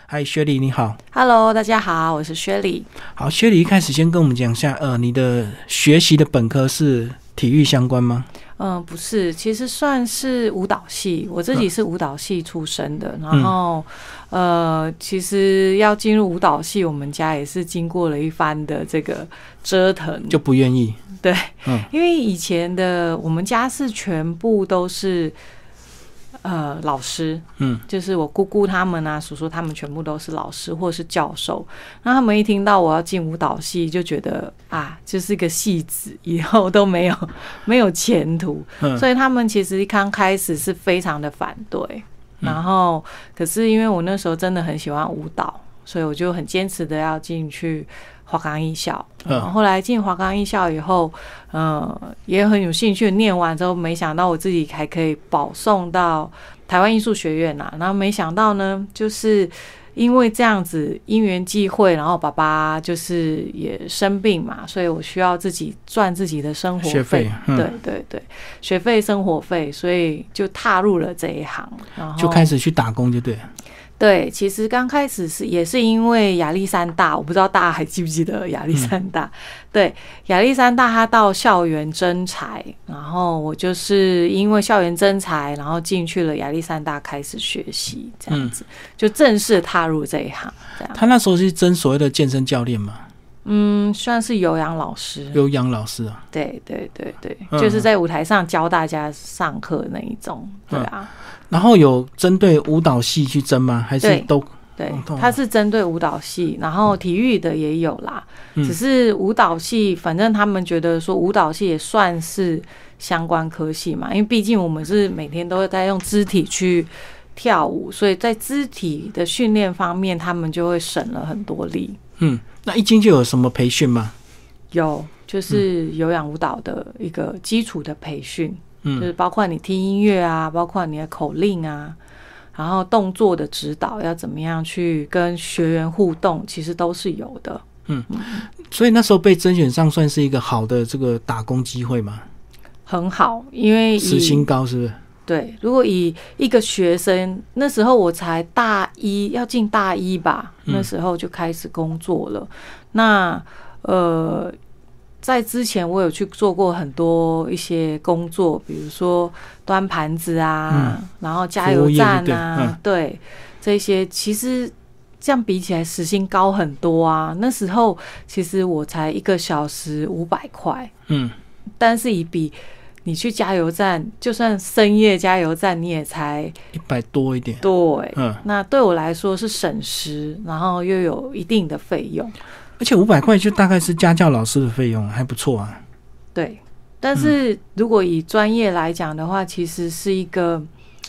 嗨，薛礼你好。 Hello， 大家好，我是薛礼。 好，薛礼一开始先跟我们讲一下，你的学习的本科是体育相关吗？ 不是，其实算是舞蹈系，我自己是舞蹈系出身的，然后其实要进入舞蹈系，我们家也是经过了一番的这个折腾， 就不愿意。 对，因为以前的我们家是全部都是老师，就是我姑姑他们啊，叔叔他们全部都是老师或是教授。那他们一听到我要进舞蹈系，就觉得啊，就是个戏子，以后都没有前途。所以他们其实刚开始是非常的反对。然后，可是因为我那时候真的很喜欢舞蹈，所以我就很坚持的要进去华冈艺校。后来进华冈艺校以后，也很有兴趣。念完之后，没想到我自己还可以保送到台湾艺术学院啊。然后没想到呢，就是因为这样子因缘际会，然后爸爸就是也生病嘛，所以我需要自己赚自己的生活费。对，学费、生活费，所以就踏入了这一行，然后就开始去打工，就对了。 对，其实刚开始也是因为亚历山大，我不知道大家还记不记得亚历山大？对，亚历山大他到校园征才，然后我就是因为校园征才，然后进去了亚历山大开始学习，这样子，就正式踏入这一行。这样， 他那时候是征所谓的健身教练嘛？ 算是有氧老师。 有氧老师啊？ 对，就是在舞台上教大家上课那一种，对啊。 然后有针对舞蹈系去征吗？还是都？ 对，它是针对舞蹈系，然后体育的也有啦。只是舞蹈系，反正他们觉得说舞蹈系也算是相关科系嘛，因为毕竟我们是每天都会在用肢体去跳舞，所以在肢体的训练方面，他们就会省了很多力。 那一进就有什么培训吗？ 有，就是有氧舞蹈的一个基础的培训。就是包括你听音乐啊，包括你的口令啊，然后动作的指导要怎么样去跟学员互动，其实都是有的。 所以那时候被甄选上算是一个好的这个打工机会吗？ 很好，因为时薪高，是不是？ 对，如果以一个学生，那时候我才大一，要进大一吧，那时候就开始工作了。那在之前我有去做过很多一些工作，比如说端盘子啊，然后加油站啊，对，这些其实这样比起来时薪高很多啊。那时候其实我才1个小时500块，但是比你去加油站，就算深夜加油站，你也才 100多一点。 对，那对我来说是省时，然后又有一定的费用。 而且500块就大概是家教老师的费用，还不错啊。 对，但是如果以专业来讲的话，其实是一个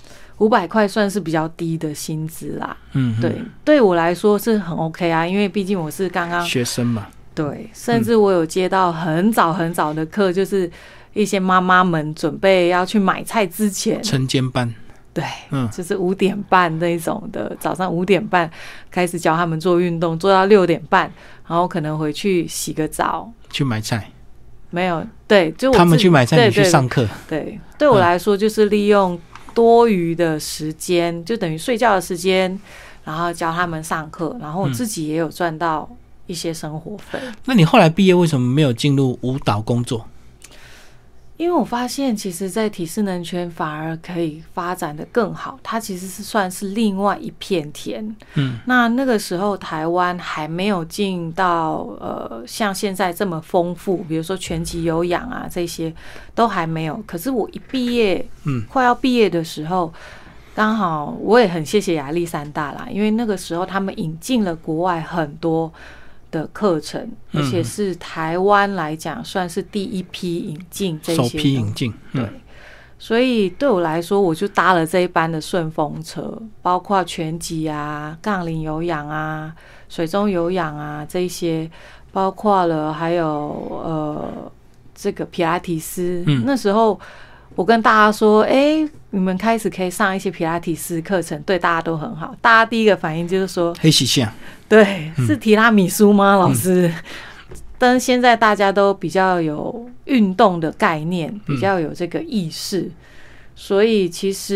500块算是比较低的薪资啦。对我来说是很 OK 啊，因为毕竟我是刚刚学生嘛。 对，甚至我有接到很早很早的课，就是一些妈妈们准备要去买菜之前， 晨间班。 对，就是5点半那种的，早上5点半开始教他们做运动，做到6点半，然后可能回去洗个澡， 去买菜。 没有，对，就他们去买菜，你去上课。 对我来说就是利用多余的时间，就等于睡觉的时间，然后教他们上课，然后我自己也有赚到一些生活费。 那你后来毕业为什么没有进入舞蹈工作？ 因为我发现其实在体适能圈反而可以发展的更好，它其实是算是另外一片天。那个时候台湾还没有进到像现在这么丰富，比如说拳击有氧啊，这些都还没有。可是我一毕业，快要毕业的时候，刚好我也很谢谢亚历山大啦，因为那个时候他们引进了国外很多的课程，而且是台湾来讲算是第一批引进这些， 首批引进。 对，所以对我来说，我就搭了这一班的顺风车，包括拳击啊、杠铃有氧啊、水中有氧啊这些，包括了还有这个皮拉提斯。那时候我跟大家说，你们开始可以上一些皮拉提斯课程，对大家都很好。大家第一个反应就是说， 黑喜象。 对，是提拉米苏吗，老师？但是现在大家都比较有运动的概念，比较有这个意识，所以其实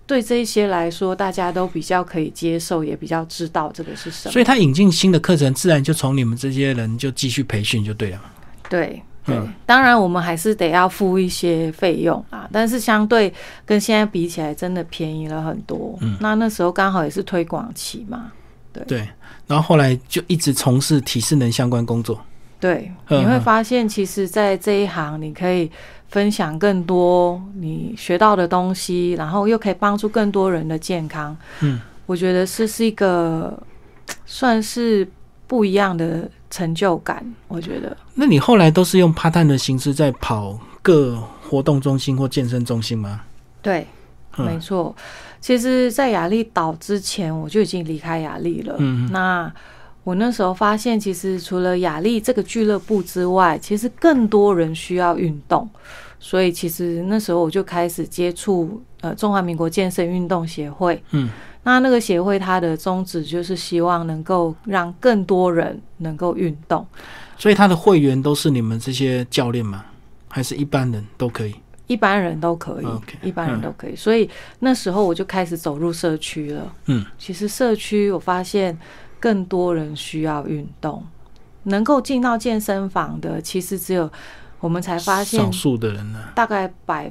对这一些来说，大家都比较可以接受，也比较知道这个是什么。 所以他引进新的课程，自然就从你们这些人就继续培训就对了嘛。 对。对，当然我们还是得要付一些费用啊，但是相对跟现在比起来，真的便宜了很多。那时候刚好也是推广期嘛， 对，然后后来就一直从事体适能相关工作。 对，你会发现，其实，在这一行，你可以分享更多你学到的东西，然后又可以帮助更多人的健康。我觉得这是一个算是不一样的成就感，我觉得。 那你后来都是用 part time 的形式在跑各活动中心或健身中心吗？ 对，没错。其实在亚力岛之前，我就已经离开亚力了。那我那时候发现，其实除了亚力这个俱乐部之外，其实更多人需要运动。所以其实那时候我就开始接触中华民国健身运动协会。那个协会它的宗旨就是希望能够让更多人能够运动。 所以他的会员都是你们这些教练吗？还是一般人都可以？ 一般人都可以。一般人都可以。所以那时候我就开始走入社区了。其实社区我发现更多人需要运动，能够进到健身房的其实只有我们才发现少数的人呢， 大概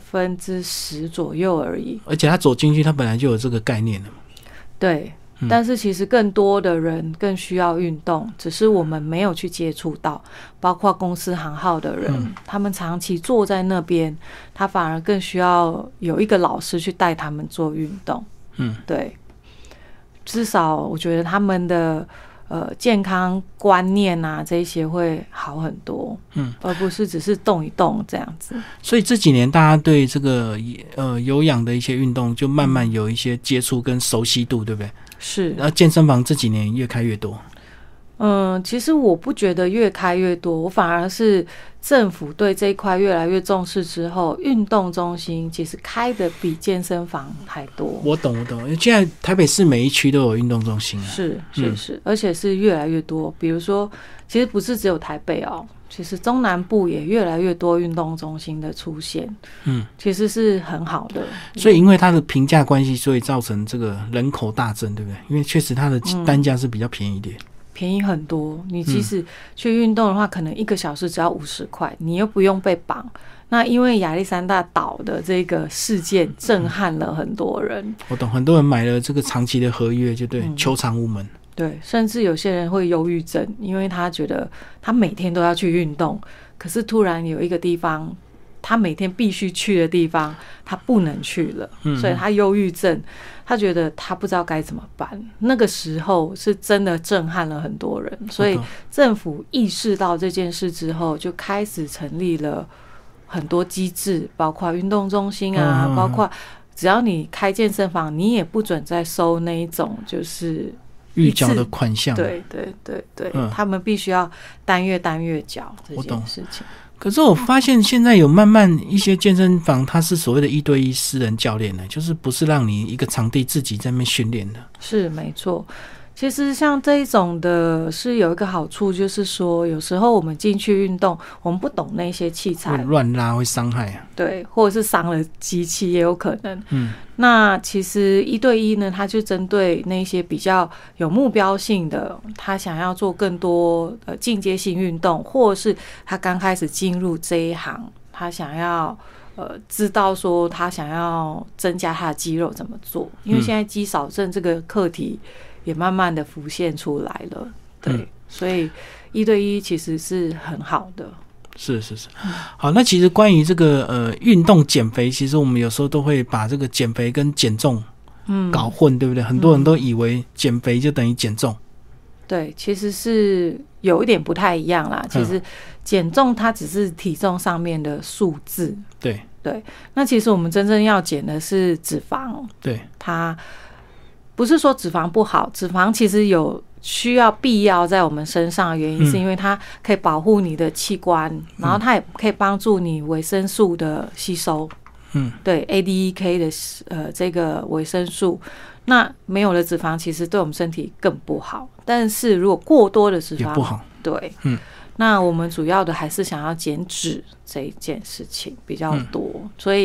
10%左右而已。 而且他走进去，他本来就有这个概念了。 对，但是其实更多的人更需要运动，只是我们没有去接触到，包括公司行号的人，他们长期坐在那边，他反而更需要有一个老师去带他们做运动。对，至少我觉得他们的健康观念啊，这些会好很多，而不是只是动一动这样子。 所以这几年大家对这个有氧的一些运动就慢慢有一些接触跟熟悉度，对不对？ 是。 然后健身房这几年越开越多。 其实我不觉得越开越多，我反而是政府对这一块越来越重视之后，运动中心其实开的比健身房还多。 我懂，因为现在台北市每一区都有运动中心啊。 是，而且是越来越多。比如说，其实不是只有台北哦，其实中南部也越来越多运动中心的出现。其实是很好的。 所以因为它的评价关系，所以造成这个人口大增，对不对？因为确实它的单价是比较便宜一点。 便宜很多，你即使去运动的话，可能1个小时只要50块，你又不用被绑。那因为亚历山大岛的这个事件震撼了很多人。 我懂，很多人买了这个长期的合约，就对，求偿无门。 对，甚至有些人会忧郁症，因为他觉得他每天都要去运动，可是突然有一个地方，他每天必须去的地方，他不能去了，所以他忧郁症。他觉得他不知道该怎么办，那个时候是真的震撼了很多人，所以政府意识到这件事之后，就开始成立了很多机制，包括运动中心啊，包括只要你开健身房，你也不准再收那一种就是预缴的款项。 对，他们必须要单月缴这件事情。 可是我发现现在有慢慢一些健身房，它是所谓的1对1私人教练呢，就是不是让你一个场地自己在那边训练的。是， 没错。其实像这一种的是有一个好处，就是说有时候我们进去运动，我们不懂那些器材， 会乱拉会伤害啊。 对，或者是伤了机器也有可能。那其实1对1呢，它就针对那些比较有目标性的，他想要做更多进阶性运动，或者是他刚开始进入这一行，他想要知道说他想要增加他的肌肉怎么做，因为现在肌少症这个课题也慢慢的浮现出来了。对，所以1对1其实是很好的。 是，好，那其实关于这个运动减肥，其实我们有时候都会把这个减肥跟减重搞混，对不对？很多人都以为减肥就等于减重。 对，其实是有一点不太一样啦。其实减重它只是体重上面的数字。对，那其实我们真正要减的是脂肪。对，它不是说脂肪不好，脂肪其实有必要在我们身上的原因，是因为它可以保护你的器官，然后它也可以帮助你维生素的吸收。对 ADEK 的这个维生素，那没有了脂肪，其实对我们身体更不好。但是如果过多的脂肪也不好。对，那我们主要的还是想要减脂这一件事情比较多，所以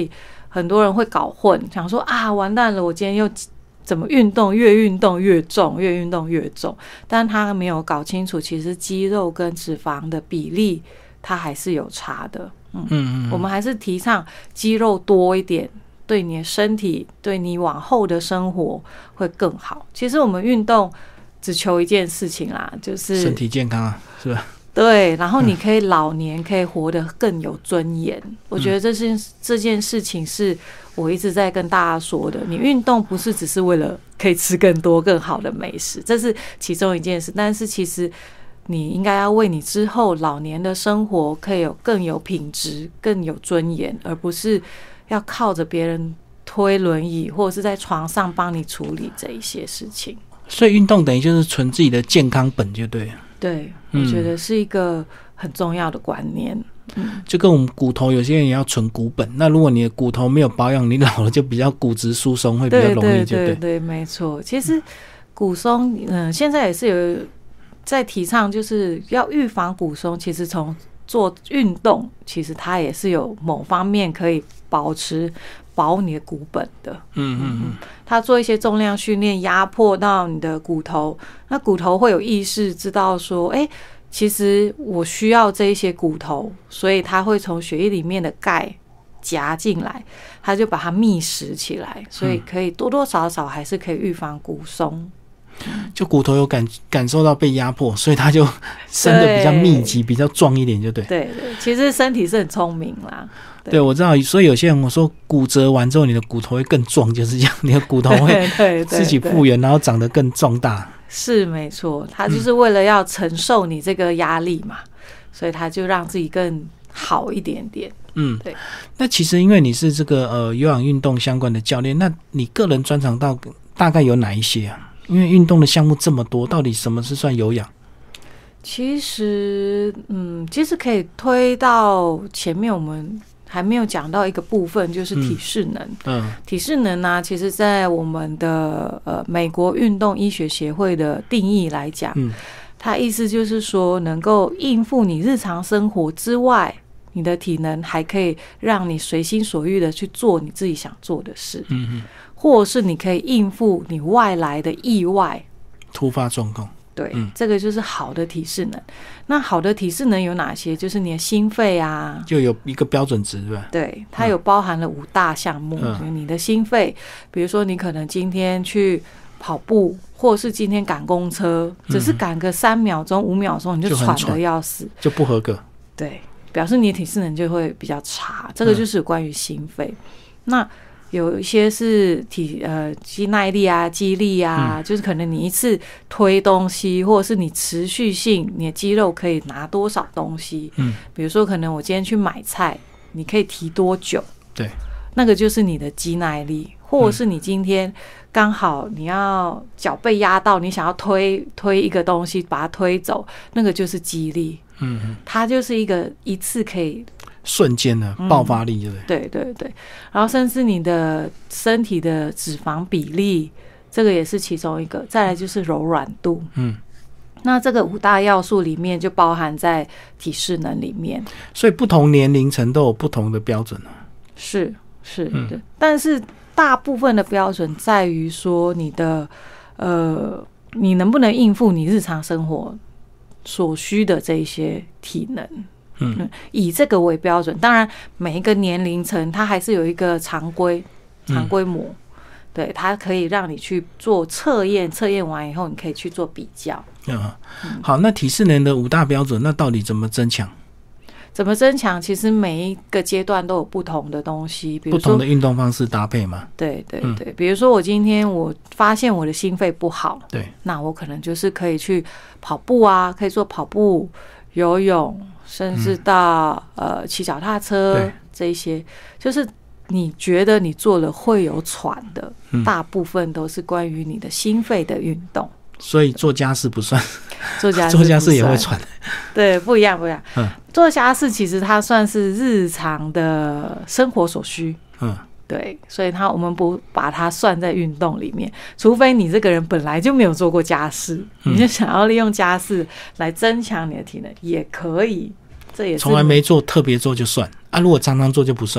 很多人会搞混，想说啊，完蛋了，我今天又怎么运动越重，越运动越重，但他没有搞清楚，其实肌肉跟脂肪的比例它还是有差的。我们还是提倡肌肉多一点，对你的身体，对你往后的生活会更好。其实我们运动只求一件事情啦，就是身体健康啊，是吧？ 对，然后你可以老年可以活得更有尊严。我觉得这件事情是我一直在跟大家说的。你运动不是只是为了可以吃更多更好的美食，这是其中一件事，但是其实你应该要为你之后老年的生活可以有更有品质、更有尊严，而不是要靠着别人推轮椅或者是在床上帮你处理这一些事情。 所以运动等于就是存自己的健康本就对了。 对，我觉得是一个很重要的观念。 就跟我们骨头，有些人也要存骨本。那如果你的骨头没有保养，你老了就比较骨质疏松，会比较容易，就对。 对，没错。其实骨松，现在也是有在提倡，就是要预防骨松。其实从做运动，其实它也是有某方面可以保你的骨本的。他做一些重量训练，压迫到你的骨头，那骨头会有意识知道说，其实我需要这一些骨头，所以他会从血液里面的钙夹进来，他就把它密实起来，所以可以多多少少还是可以预防骨松。 就骨头有感受到被压迫，所以它就生的比较密集，比较壮一点，就对。 对，其实身体是很聪明啦。 对，我知道，所以有些人我说骨折完之后，你的骨头会更壮，就是这样，你的骨头会自己复原，然后长得更壮大。 是没错，他就是为了要承受你这个压力嘛，所以他就让自己更好一点点。对。 那其实因为你是这个有氧运动相关的教练，那你个人专长大概有哪一些啊？因为运动的项目这么多，到底什么是算有氧？ 其实可以推到前面，我们还没有讲到一个部分，就是体适能。体适能呢，其实在我们的美国运动医学协会的定义来讲，它意思就是说，能够应付你日常生活之外，你的体能还可以让你随心所欲的去做你自己想做的事。或者是你可以应付你外来的意外、 突发状况。 对，这个就是好的体适能。那好的体适能有哪些？就是你的心肺啊， 就有一个标准值，对吧？ 对，它有包含了5大项目。你的心肺，比如说你可能今天去跑步，或者是今天赶公车，只是赶个3秒钟、5秒钟，你就喘得要死， 就不合格。 对，表示你的体适能就会比较差。这个就是关于心肺。那有一些是肌耐力啊、肌力啊，就是可能你一次推东西，或者是你持续性，你的肌肉可以拿多少东西。比如说可能我今天去买菜，你可以提多久？ 对， 那个就是你的肌耐力。或者是你今天刚好你要脚被压到，你想要推一个东西把它推走，那个就是肌力。它就是一次可以瞬间的爆发力，对不对？ 对，然后甚至你的身体的脂肪比例，这个也是其中一个。再来就是柔软度。那这个5大要素里面就包含在体适能里面。所以不同年龄层都有不同的标准。 是，对。但是大部分的标准在于说你的你能不能应付你日常生活所需的这一些体能。以这个为标准。当然每一个年龄层它还是有一个常规模。对，它可以让你去做测验，测验完以后你可以去做比较。 好，那体适能的5大标准，那到底怎么增强？ 其实每一个阶段都有不同的东西，比如说不同的运动方式搭配嘛。 对，比如说我今天我发现我的心肺不好， 对， 那我可能就是可以去跑步啊，可以做跑步、游泳，甚至到骑脚踏车，这一些就是你觉得你做了会有喘的，大部分都是关于你的心肺的运动。 所以做家事不算， 做家事也会喘。 对，不一样。做家事其实它算是日常的生活所需。对，所以我们不把它算在运动里面，除非你这个人本来就没有做过家事，你就想要利用家事来增强你的体能，也可以。这也是从来没做特别做就算啊，如果常常做就不算。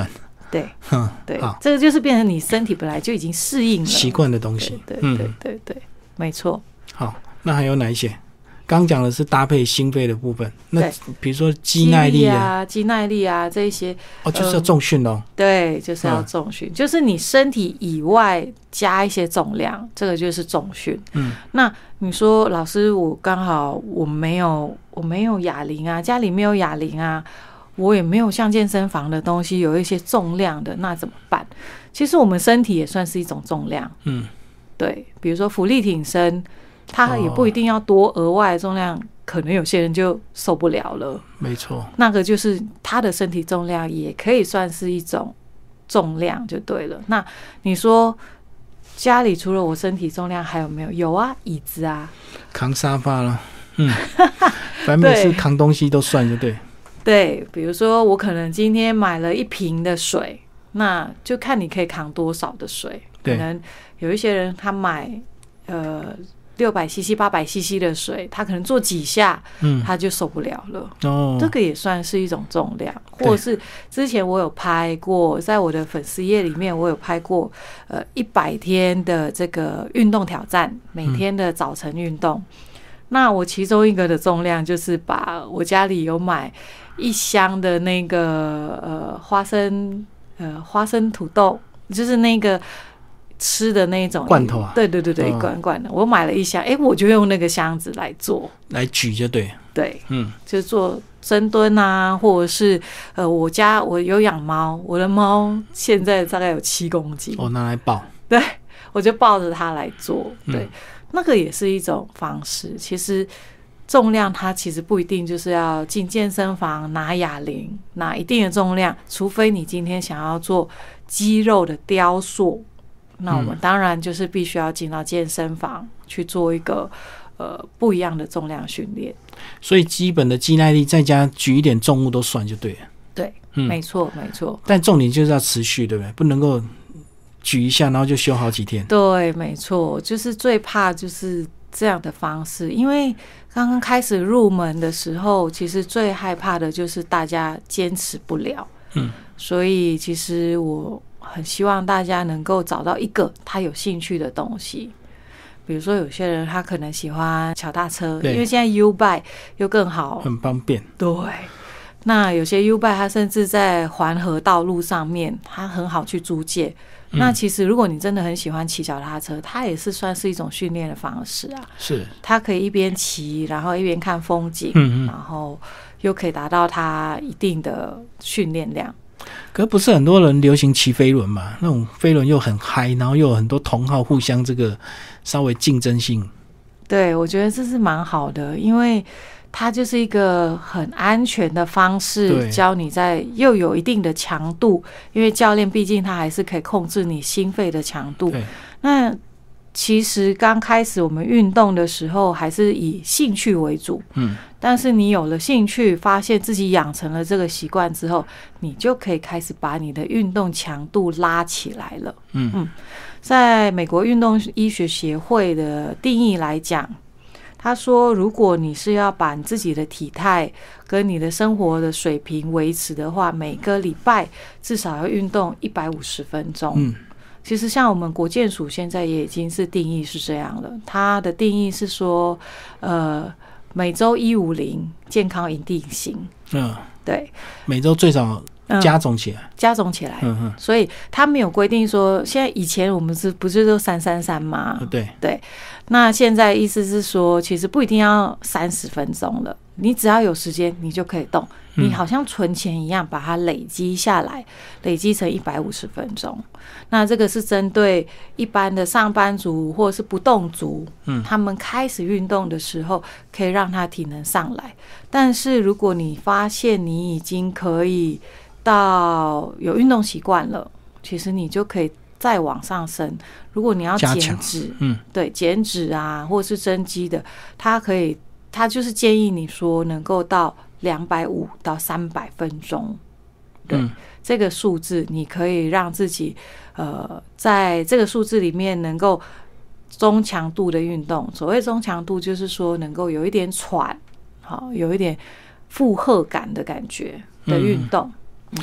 对，对，这个就是变成你身体本来就已经适应了习惯的东西。 对，没错。 好，那还有哪一些？刚讲的是搭配心肺的部分，那比如说肌耐力啊、 肌耐力啊这一些， 就是要重训咯。对， 就是要重训，就是你身体以外加一些重量，这个就是重训。那你说老师，我刚好我没有哑铃啊，家里没有哑铃啊，我也没有像健身房的东西有一些重量的，那怎么办？其实我们身体也算是一种重量。对，比如说浮力挺身。它也不一定要多额外的重量，可能有些人就受不了了。 没错， 那个就是他的身体重量也可以算是一种重量就对了。那你说家里除了我身体重量还有没有？有啊，椅子啊， 扛沙发了。反正每次扛东西都算就对。 对，比如说我可能今天买了1瓶的水，那就看你可以扛多少的水。可能有一些人他买600cc 800cc 的水，他可能做几下他就受不了了。这个也算是一种重量。或者是之前我有拍过，在我的粉丝页里面我有拍过100天的这个运动挑战，每天的早晨运动。那我其中一个的重量就是把我家里有买1箱的那个花生土豆，就是那个吃的那种罐头啊， 对，罐的，我买了1箱，我就用那个箱子来举就对， 就做深蹲啊，或者是我有养猫，我的猫现在大概有7公斤， 拿来抱， 对，我就抱着它来做，对，那个也是一种方式。其实重量它其实不一定就是要进健身房拿哑铃拿一定的重量，除非你今天想要做肌肉的雕塑。那我们当然就是必须要进到健身房去做一个不一样的重量训练。 所以基本的肌耐力再加举一点重物都算就对了。 对，没错。 但重点就是要持续，对不对？不能够举一下然后就休好几天。 对，没错，就是最怕就是这样的方式，因为刚刚开始入门的时候，其实最害怕的就是大家坚持不了。所以其实我很希望大家能够找到一个他有兴趣的东西。比如说有些人他可能喜欢脚踏车，因为现在 U-Bike 又更好， 很方便。 对，那有些 U-Bike 它甚至在环河道路上面它很好去租借。那其实如果你真的很喜欢骑脚踏车，它也是算是一种训练的方式啊。 是， 它可以一边骑然后一边看风景，然后又可以达到它一定的训练量。 可是不是很多人流行骑飞轮嘛？那种飞轮又很嗨，然后又有很多同好互相这个稍微竞争性。 对，我觉得这是蛮好的，因为它就是一个很安全的方式，教你在又有一定的强度，因为教练毕竟他还是可以控制你心肺的强度。那其实刚开始我们运动的时候还是以兴趣为主，但是你有了兴趣，发现自己养成了这个习惯之后，你就可以开始把你的运动强度拉起来了。在美国运动医学协会的定义来讲，他说如果你是要把你自己的体态跟你的生活的水平维持的话，每个礼拜至少要运动150分钟。其实像我们国健署现在也已经是定义是这样了，它的定义是说每周150健康一定型。对， 每周最少加总起来， 所以他没有规定说，现在以前我们不是都333吗？对，那现在意思是说，其实不一定要30分钟了，你只要有时间，你就可以动。你好像存钱一样，把它累积下来，累积成150分钟。那这个是针对一般的上班族或者是不动族，他们开始运动的时候，可以让他体能上来。但是如果你发现你已经可以到有运动习惯了，其实你就可以再往上升。如果你要减脂，对，减脂啊，或者是增肌的，他就是建议你说能够到250到300分钟，对，这个数字你可以让自己在这个数字里面能够中强度的运动。所谓中强度就是说能够有一点喘，有一点负荷感的感觉的运动。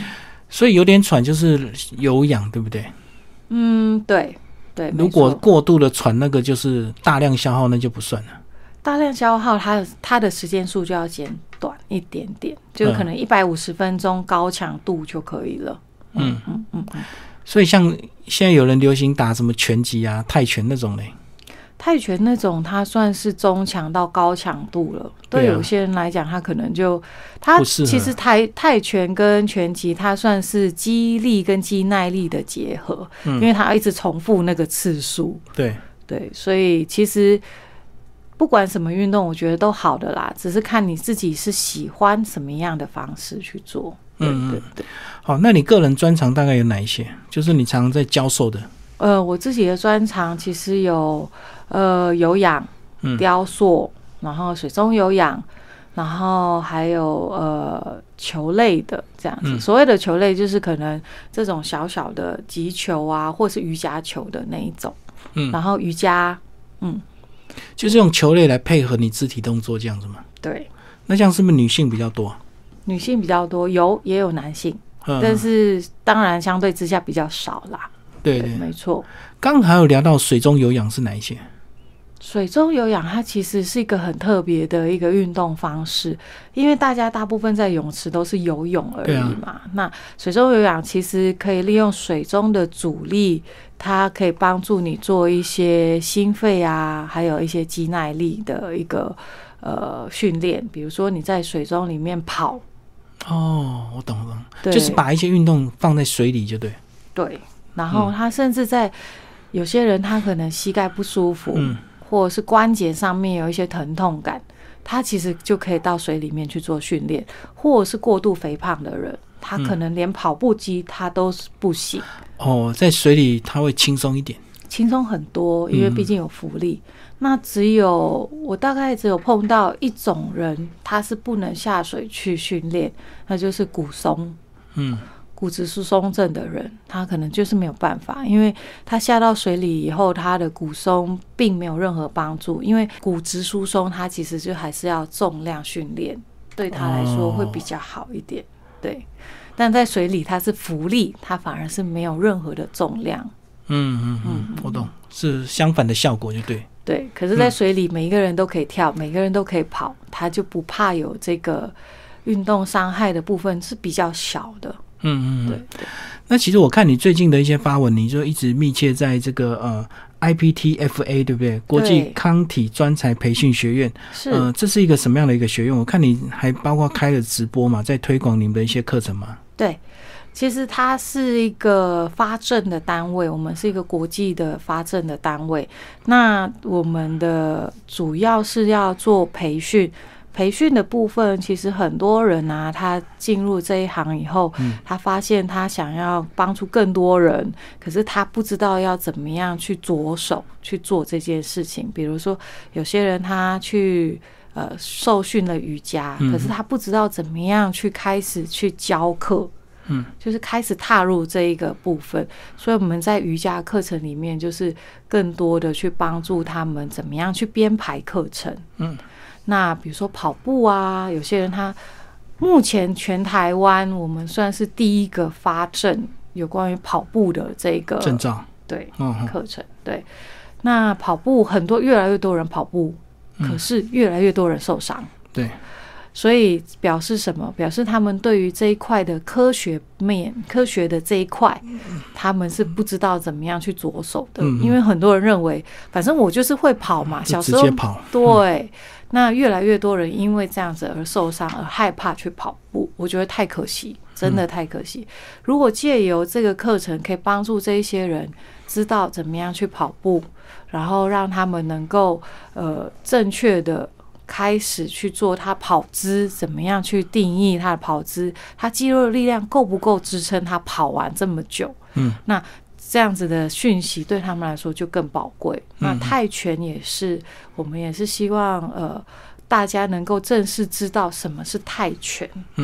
所以有点喘就是有氧，对不对？ 对对。 如果过度的喘，那个就是大量消耗，那就不算了。 大量消耗它的时间数就要减短一点点，就可能150分钟高强度就可以了。 所以像现在有人流行打什么拳击啊、泰拳那种嘞。 泰拳那种它算是中强到高强度了，对有些人来讲，他可能就他其实泰拳跟拳击它算是肌力跟肌耐力的结合，因为它要一直重复那个次数。对，所以其实不管什么运动，我觉得都好的啦，只是看你自己是喜欢什么样的方式去做。对。 好，那你个人专长大概有哪一些？就是你常常在教授的。 我自己的专长其实有有氧、雕塑，然后水中有氧，然后还有球类的这样子。所谓的球类就是可能这种小小的击球啊，或是瑜伽球的那一种。然后瑜伽， 就是用球类来配合你肢体动作这样子吗？ 对。 那这样是不是女性比较多？ 女性比较多，也有男性，但是当然相对之下比较少啦。对，没错。刚刚还有聊到水中有氧是哪一些？ 水中有氧它其实是一个很特别的一个运动方式，因为大部分在泳池都是游泳而已嘛。那水中有氧其实可以利用水中的阻力，它可以帮助你做一些心肺啊，还有一些肌耐力的一个训练。比如说你在水中里面跑。 我懂了，就是把一些运动放在水里就对。 对。然后他甚至在有些人他可能膝盖不舒服，或者是关节上面有一些疼痛感，他其实就可以到水里面去做训练。或者是过度肥胖的人，他可能连跑步机他都不行。 在水里他会轻松一点， 轻松很多，因为毕竟有浮力。那我大概只有碰到一种人，他是不能下水去训练，那就是骨松。骨质疏松症的人，他可能就是没有办法，因为他下到水里以后，他的骨松并没有任何帮助。因为骨质疏松，它其实就还是要重量训练，对他来说会比较好一点。对，但在水里它是浮力，它反而是没有任何的重量。 我懂，是相反的效果就对。 对，可是在水里每一个人都可以跳，每个人都可以跑，他就不怕有这个运动伤害的部分是比较小的。对。 那其实我看你最近的一些发文，你就一直密切在这个IPTFA 对不对？国际康体专才培训学院。是。这是一个什么样的一个学院？我看你还包括开了直播嘛，在推广你们的一些课程嘛。 对。其实它是一个发证的单位，我们是一个国际的发证的单位。那我们的主要是要做培训的部分，其实很多人啊，他进入这一行以后，他发现他想要帮助更多人，可是他不知道要怎么样去着手去做这件事情。比如说，有些人他去受训了瑜伽，可是他不知道怎么样去开始去教课。就是开始踏入这一个部分，所以我们在瑜伽课程里面，就是更多的去帮助他们怎么样去编排课程。那比如说跑步啊，有些人他目前全台湾我们算是第一个发证有关于跑步的这个证照， 对，课程。对，那跑步越来越多人跑步，可是越来越多人受伤。对。所以表示什么？表示他们对于这一块的科学的这一块，他们是不知道怎么样去着手的。因为很多人认为，反正我就是会跑嘛，小时候直接跑。 对，那越来越多人因为这样子而受伤，而害怕去跑步，我觉得太可惜，真的太可惜。如果借由这个课程，可以帮助这一些人知道怎么样去跑步，然后让他们能够正确的开始去做他跑姿，怎么样去定义他的跑姿，他肌肉的力量够不够支撑他跑完这么久。那这样子的讯息对他们来说就更宝贵。那泰拳也是，我们也是希望大家能够正式知道什么是泰拳。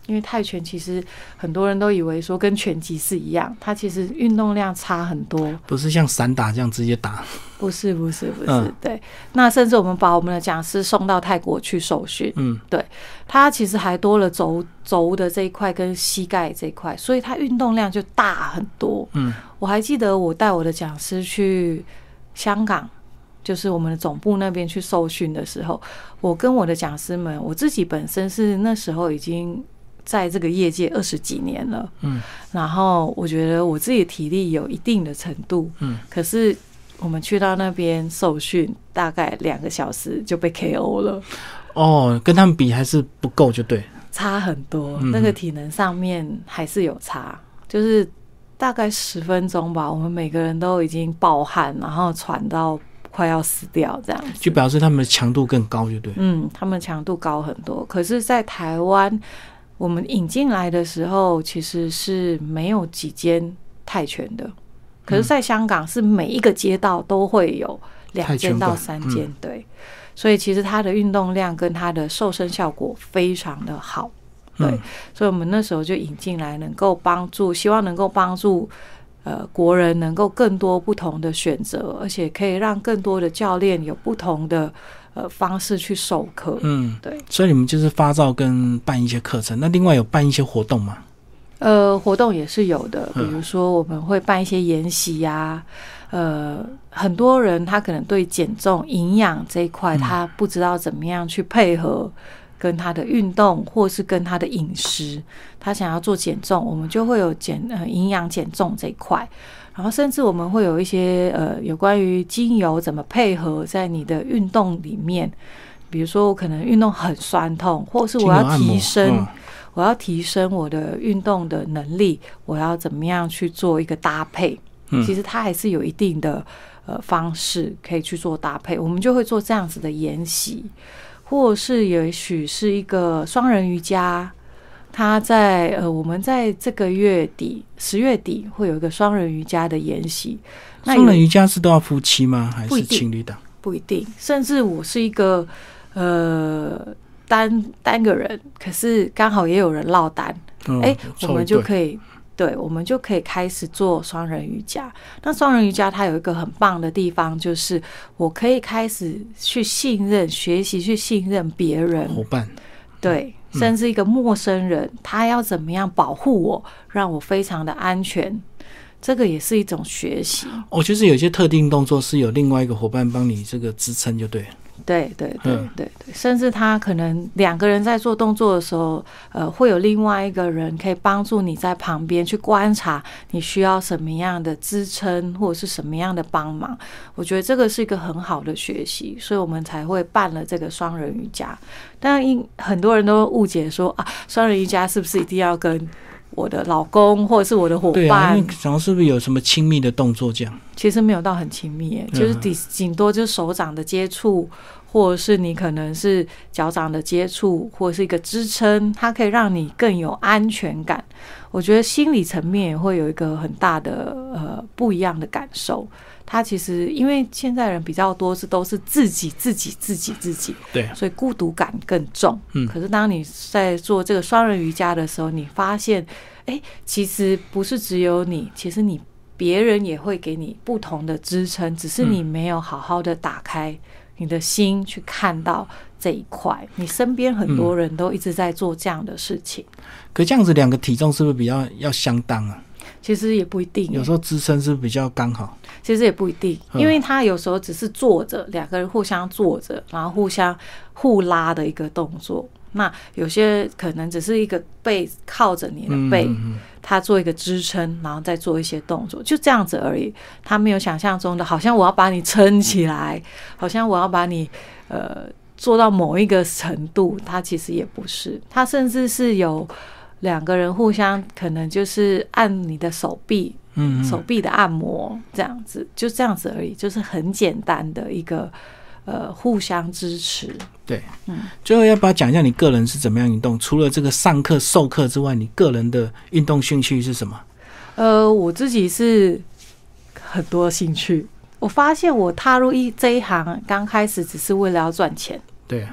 因为泰拳其实很多人都以为说跟拳击是一样，它其实运动量差很多， 不是像散打这样直接打， 不是，对。那甚至我们把我们的讲师送到泰国去受训，对，他其实还多了肘的这一块跟膝盖这一块，所以他运动量就大很多。我还记得我带我的讲师去香港，就是我们的总部那边去受训的时候，我跟我的讲师们，我自己本身是那时候已经在这个业界20几年了，然后我觉得我自己体力有一定的程度，可是我们去到那边受训，大概2个小时就被 KO 了。 哦，跟他们比还是不够，就对， 差很多，那个体能上面还是有差，就是大概10分钟吧，我们每个人都已经爆汗，然后喘到快要死掉这样子， 就表示他们的强度更高，就对。 他们强度高很多。可是，在台湾，我们引进来的时候，其实是没有几间泰拳的。可是，在香港是每一个街道都会有2间到3间，对。所以，其实它的运动量跟它的瘦身效果非常的好，对。所以我们那时候就引进来，希望能够帮助。国人能够更多不同的选择，而且可以让更多的教练有不同的方式去授课。对。 所以你们就是发照跟办一些课程，那另外有办一些活动吗？ 活动也是有的，比如说我们会办一些研习啊。很多人他可能对减重、营养这一块，他不知道怎么样去配合。跟他的运动或是跟他的饮食，他想要做减重，我们就会有营养减重这一块，然后甚至我们会有一些有关于精油怎么配合在你的运动里面，比如说我可能运动很酸痛，或是我要提升我的运动的能力，我要怎么样去做一个搭配，其实它还是有一定的方式可以去做搭配，我们就会做这样子的研习。或是也许是一个双人瑜伽，它在我们在这个月底10月底会有一个双人瑜伽的研习。 双人瑜伽是都要夫妻吗？还是情侣档？ 不一定，甚至我是一个单个人，可是刚好也有人落单，我们就可以。对，我们就可以开始做双人瑜伽。那双人瑜伽它有一个很棒的地方，就是我可以开始去学习去信任别人伙伴， 对，甚至一个陌生人，他要怎么样保护我，让我非常的安全，这个也是一种学习。就是有些特定动作是有另外一个伙伴帮你这个支撑，就对了。 对，甚至他可能2个人在做动作的时候，会有另外一个人可以帮助你在旁边去观察你需要什么样的支撑或者是什么样的帮忙。我觉得这个是一个很好的学习，所以我们才会办了这个双人瑜伽。但很多人都误解说双人瑜伽是不是一定要跟我的老公或者是我的伙伴？对啊，因为想是不是有什么亲密的动作这样？ 其实没有到很亲密，就是顶多就是手掌的接触，或者是你可能是脚掌的接触，或者是一个支撑，它可以让你更有安全感。我觉得心理层面也会有一个很大的不一样的感受。它其实因为现在人比较多都是自己， 对， 所以孤独感更重。可是当你在做这个双人瑜伽的时候，你发现，其实不是只有你，其实别人也会给你不同的支撑，只是你没有好好的打开你的心去看到这一块。你身边很多人都一直在做这样的事情。 可这样子2个体重是不是比较要相当啊？ 其实也不一定， 有时候支撑是比较刚好。 其实也不一定，因为他有时候只是坐着，2个人互相坐着，然后互拉的一个动作。那有些可能只是一个背靠着你的背，他做一个支撑，然后再做一些动作，就这样子而已。他没有想象中的好像我要把你撑起来，好像我要把你做到某一个程度，他其实也不是。他甚至是有2个人互相可能就是按你的手臂，手臂的按摩这样子，就这样子而已，就是很简单的一个互相支持。 对，最后要不要讲一下你个人是怎么样运动？除了这个上课授课之外，你个人的运动兴趣是什么？ 我自己是很多兴趣。我发现我踏入这一行刚开始只是为了要赚钱。 对，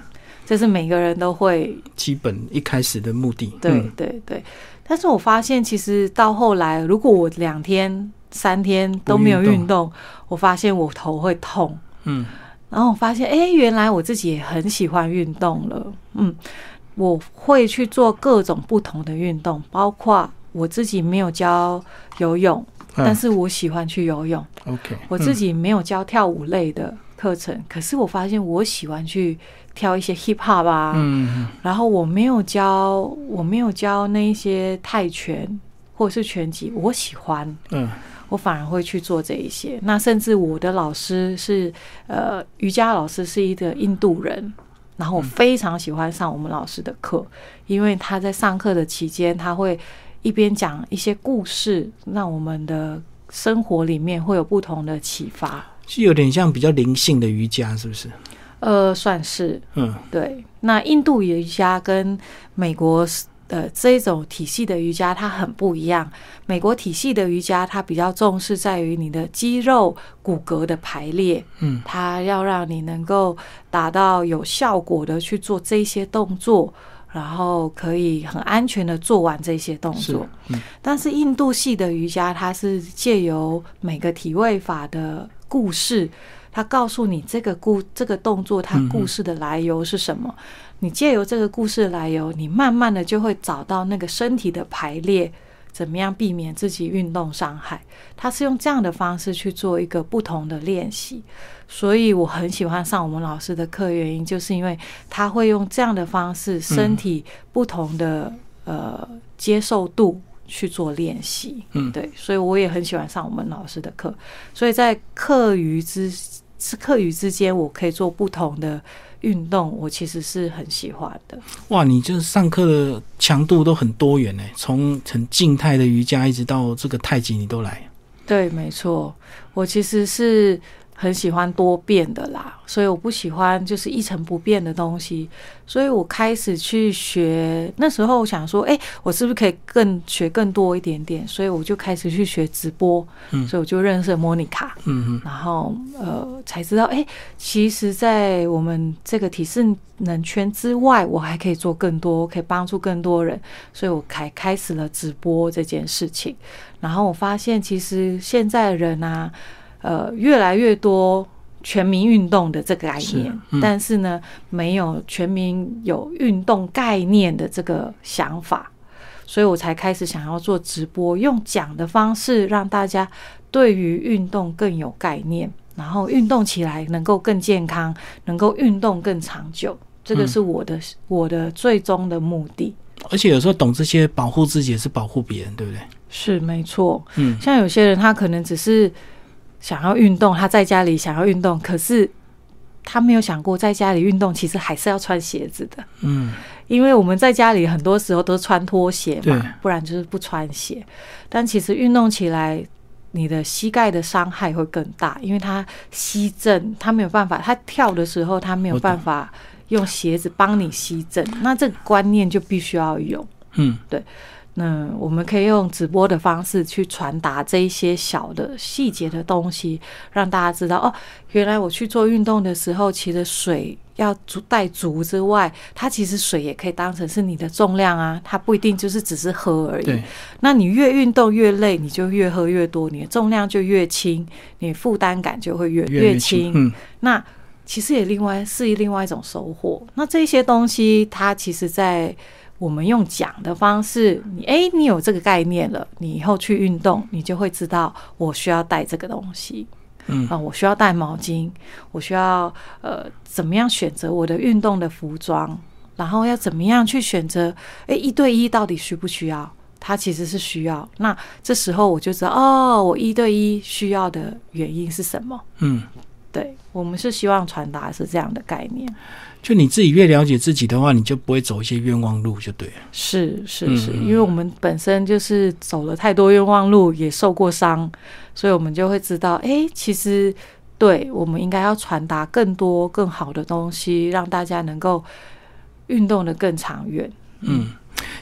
这是每个人都会基本一开始的目的。 对对对。但是我发现其实到后来，如果我2天3天都没有运动，我发现我头会痛。然后我发现原来我自己也很喜欢运动了。我会去做各种不同的运动，包括我自己没有教游泳，但是我喜欢去游泳。我自己没有教跳舞类的课程，可是我发现我喜欢去跳一些 hip hop 啊，然后我没有教那一些泰拳或者是拳击，我喜欢，我反而会去做这一些。那甚至我的老师是瑜伽老师，是一个印度人，然后我非常喜欢上我们老师的课，因为他在上课的期间，他会一边讲一些故事，让我们的生活里面会有不同的启发， 是有点像比较灵性的瑜伽，是不是？ 算是。对。那印度瑜伽跟美国这种体系的瑜伽它很不一样。美国体系的瑜伽它比较重视在于你的肌肉骨骼的排列，它要让你能够达到有效果的去做这些动作，然后可以很安全的做完这些动作。但是印度系的瑜伽它是借由每个体位法的故事，它告诉你这个动作它故事的来由是什么，你借由这个故事的来由，你慢慢的就会找到那个身体的排列，怎么样避免自己运动伤害。它是用这样的方式去做一个不同的练习，所以我很喜欢上我们老师的课，原因就是因为他会用这样的方式，身体不同的接受度去做练习。对，所以我也很喜欢上我们老师的课，所以在课余之间我可以做不同的运动，我其实是很喜欢的。 哇，你就是上课的强度都很多元耶，从很静态的瑜伽一直到这个太极你都来。 对，没错，我其实是很喜欢多变的啦，所以我不喜欢就是一成不变的东西，所以我开始去学。那时候我想说我是不是可以学更多一点点，所以我就开始去学直播。所以我就认识了莫妮卡。然后才知道其实在我们这个体适能圈之外，我还可以做更多，可以帮助更多人，所以我开始了直播这件事情。然后我发现其实现在的人啊越来越多全民运动的这个概念，但是呢没有全民有运动概念的这个想法，所以我才开始想要做直播，用讲的方式让大家对于运动更有概念，然后运动起来能够更健康，能够运动更长久，这个是我的最终的目的。 而且有时候懂这些，保护自己也是保护别人，对不对？ 是，没错。像有些人他可能只是想要运动，他在家里想要运动，可是他没有想过在家里运动其实还是要穿鞋子的。因为我们在家里很多时候都穿拖鞋嘛，不然就是不穿鞋。但其实运动起来你的膝盖的伤害会更大，因为他吸震，他没有办法，他跳的时候他没有办法用鞋子帮你吸震，那这个观念就必须要有。对。那我们可以用直播的方式去传达这一些小的细节的东西，让大家知道原来我去做运动的时候，其实水要带足之外，它其实水也可以当成是你的重量啊，它不一定就是只是喝而已。那你越运动越累，你就越喝越多，你的重量就越轻，你负担感就会越轻。那其实也另外一种收获。那这些东西它其实在我们用讲的方式，你有这个概念了，你以后去运动你就会知道我需要带这个东西。我需要带毛巾，我需要怎么样选择我的运动的服装，然后要怎么样去选择1对1到底需不需要，它其实是需要。那这时候我就知道我1对1需要的原因是什么。对，我们是希望传达是这样的概念。 就你自己越了解自己的话，你就不会走一些冤枉路就对了。 是，因为我们本身就是走了太多冤枉路，也受过伤，所以我们就会知道其实对，我们应该要传达更多更好的东西，让大家能够运动得更长远。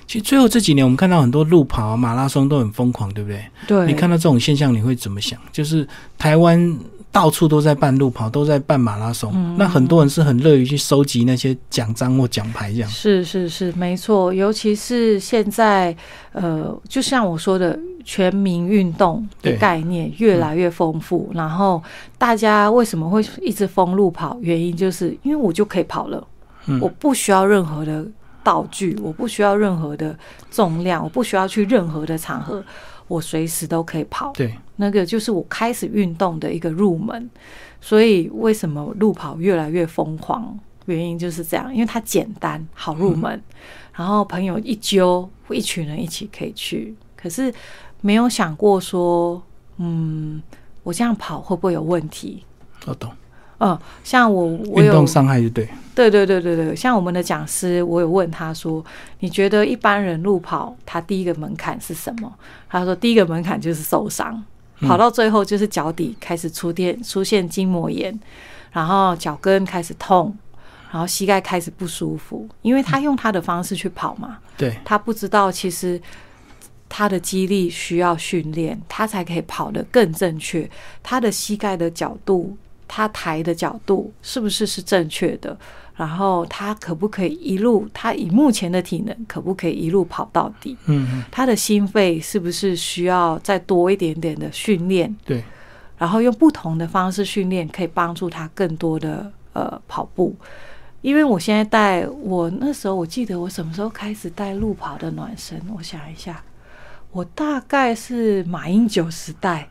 其实最后这几年我们看到很多路跑马拉松都很疯狂，对不对？ 对。 你看到这种现象你会怎么想？就是台湾到处都在办路跑，都在办马拉松，那很多人是很乐于去收集那些奖章或奖牌这样。 是，没错。尤其是现在就像我说的全民运动的概念越来越丰富，然后大家为什么会一直疯路跑？原因就是因为我就可以跑了，我不需要任何的道具，我不需要任何的重量，我不需要去任何的场合，我随时都可以跑。 对， 那个就是我开始运动的一个入门。所以为什么路跑越来越疯狂？原因就是这样，因为它简单好入门，然后朋友一揪，一群人一起可以去。可是没有想过说，我这样跑会不会有问题？ 我懂。 像我运动伤害就对。 对，像我们的讲师，我有问他说，你觉得一般人路跑他第一个门槛是什么？他说第一个门槛就是受伤，跑到最后就是脚底开始出现筋膜炎，然后脚跟开始痛，然后膝盖开始不舒服，因为他用他的方式去跑嘛， 对， 他不知道其实他的肌力需要训练，他才可以跑得更正确，他的膝盖的角度，他抬的角度是不是正确的，然后他可不可以他以目前的体能可不可以一路跑到底，他的心肺是不是需要再多一点点的训练， 对， 然后用不同的方式训练可以帮助他更多的跑步。因为我现在我那时候我记得我什么时候开始带路跑的暖身，我想一下，我大概是马英九时代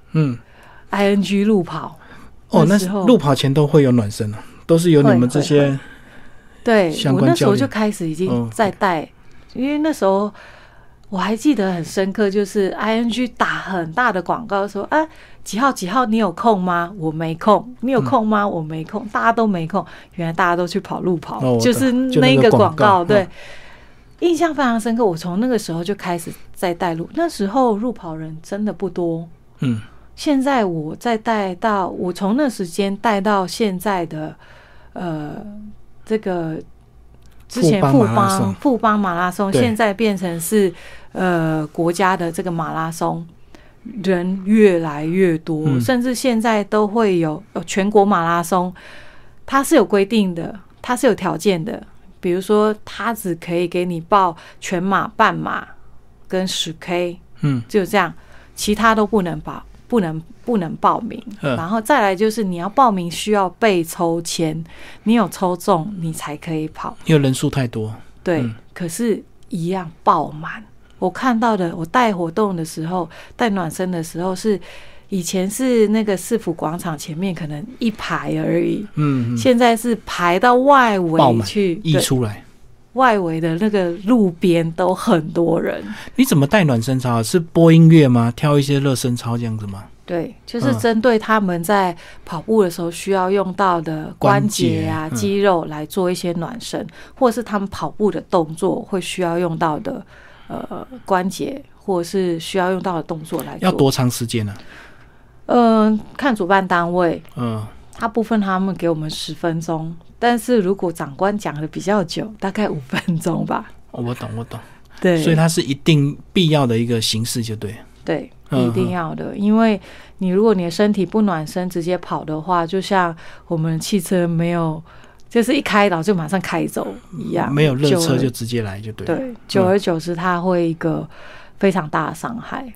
ING 路跑， 那时候路跑前都会有暖身都是有你们这些对， 相关教练。 我那时候就开始已经在带，因为那时候我还记得很深刻，就是 ING 打很大的广告说几号几号你有空吗？我没空。你有空吗？我没空。大家都没空，原来大家都去跑路跑，就是那个广告。对，印象非常深刻。我从那个时候就开始在带路，那时候路跑人真的不多。现在我再带到，我从那时间带到现在的这个之前富邦马拉松，现在变成是国家的这个马拉松，人越来越多，甚至现在都会有全国马拉松，它是有规定的，它是有条件的，比如说它只可以给你报全马、半马跟10K，就这样，其他都不能报名。然后再来就是你要报名需要被抽签，你有抽中你才可以跑， 因为人数太多。 对，可是一样爆满。我看到的，我带活动的时候，带暖身的时候，是以前是那个市府广场前面可能一排而已，现在是排到外围去， 溢出来， 外围的那个路边都很多人。 你怎么带暖身操？是播音乐吗？跳一些热身操这样子吗？ 对，就是针对他们在跑步的时候需要用到的关节啊、肌肉来做一些暖身，或者是他们跑步的动作会需要用到的关节，或者是需要用到的动作来做。 要多长时间呢？ 看主办单位，大部分他们给我们10分钟，但是如果长官讲的比较久，大概5分钟吧。 我懂。 对， 所以它是一定必要的一个形式，就对。 对，一定要的，因为如果你的身体不暖身，直接跑的话，就像我们汽车没有，就是一开导就马上开走一样， 没有热车就直接来就对。 对，久而久之，它会一个非常大的伤害。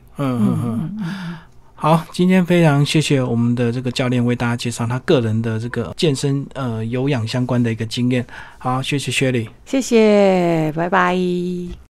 好，今天非常谢谢我们的这个教练为大家介绍他个人的这个健身有氧相关的一个经验。好，谢谢 Shirley， 谢谢，拜拜。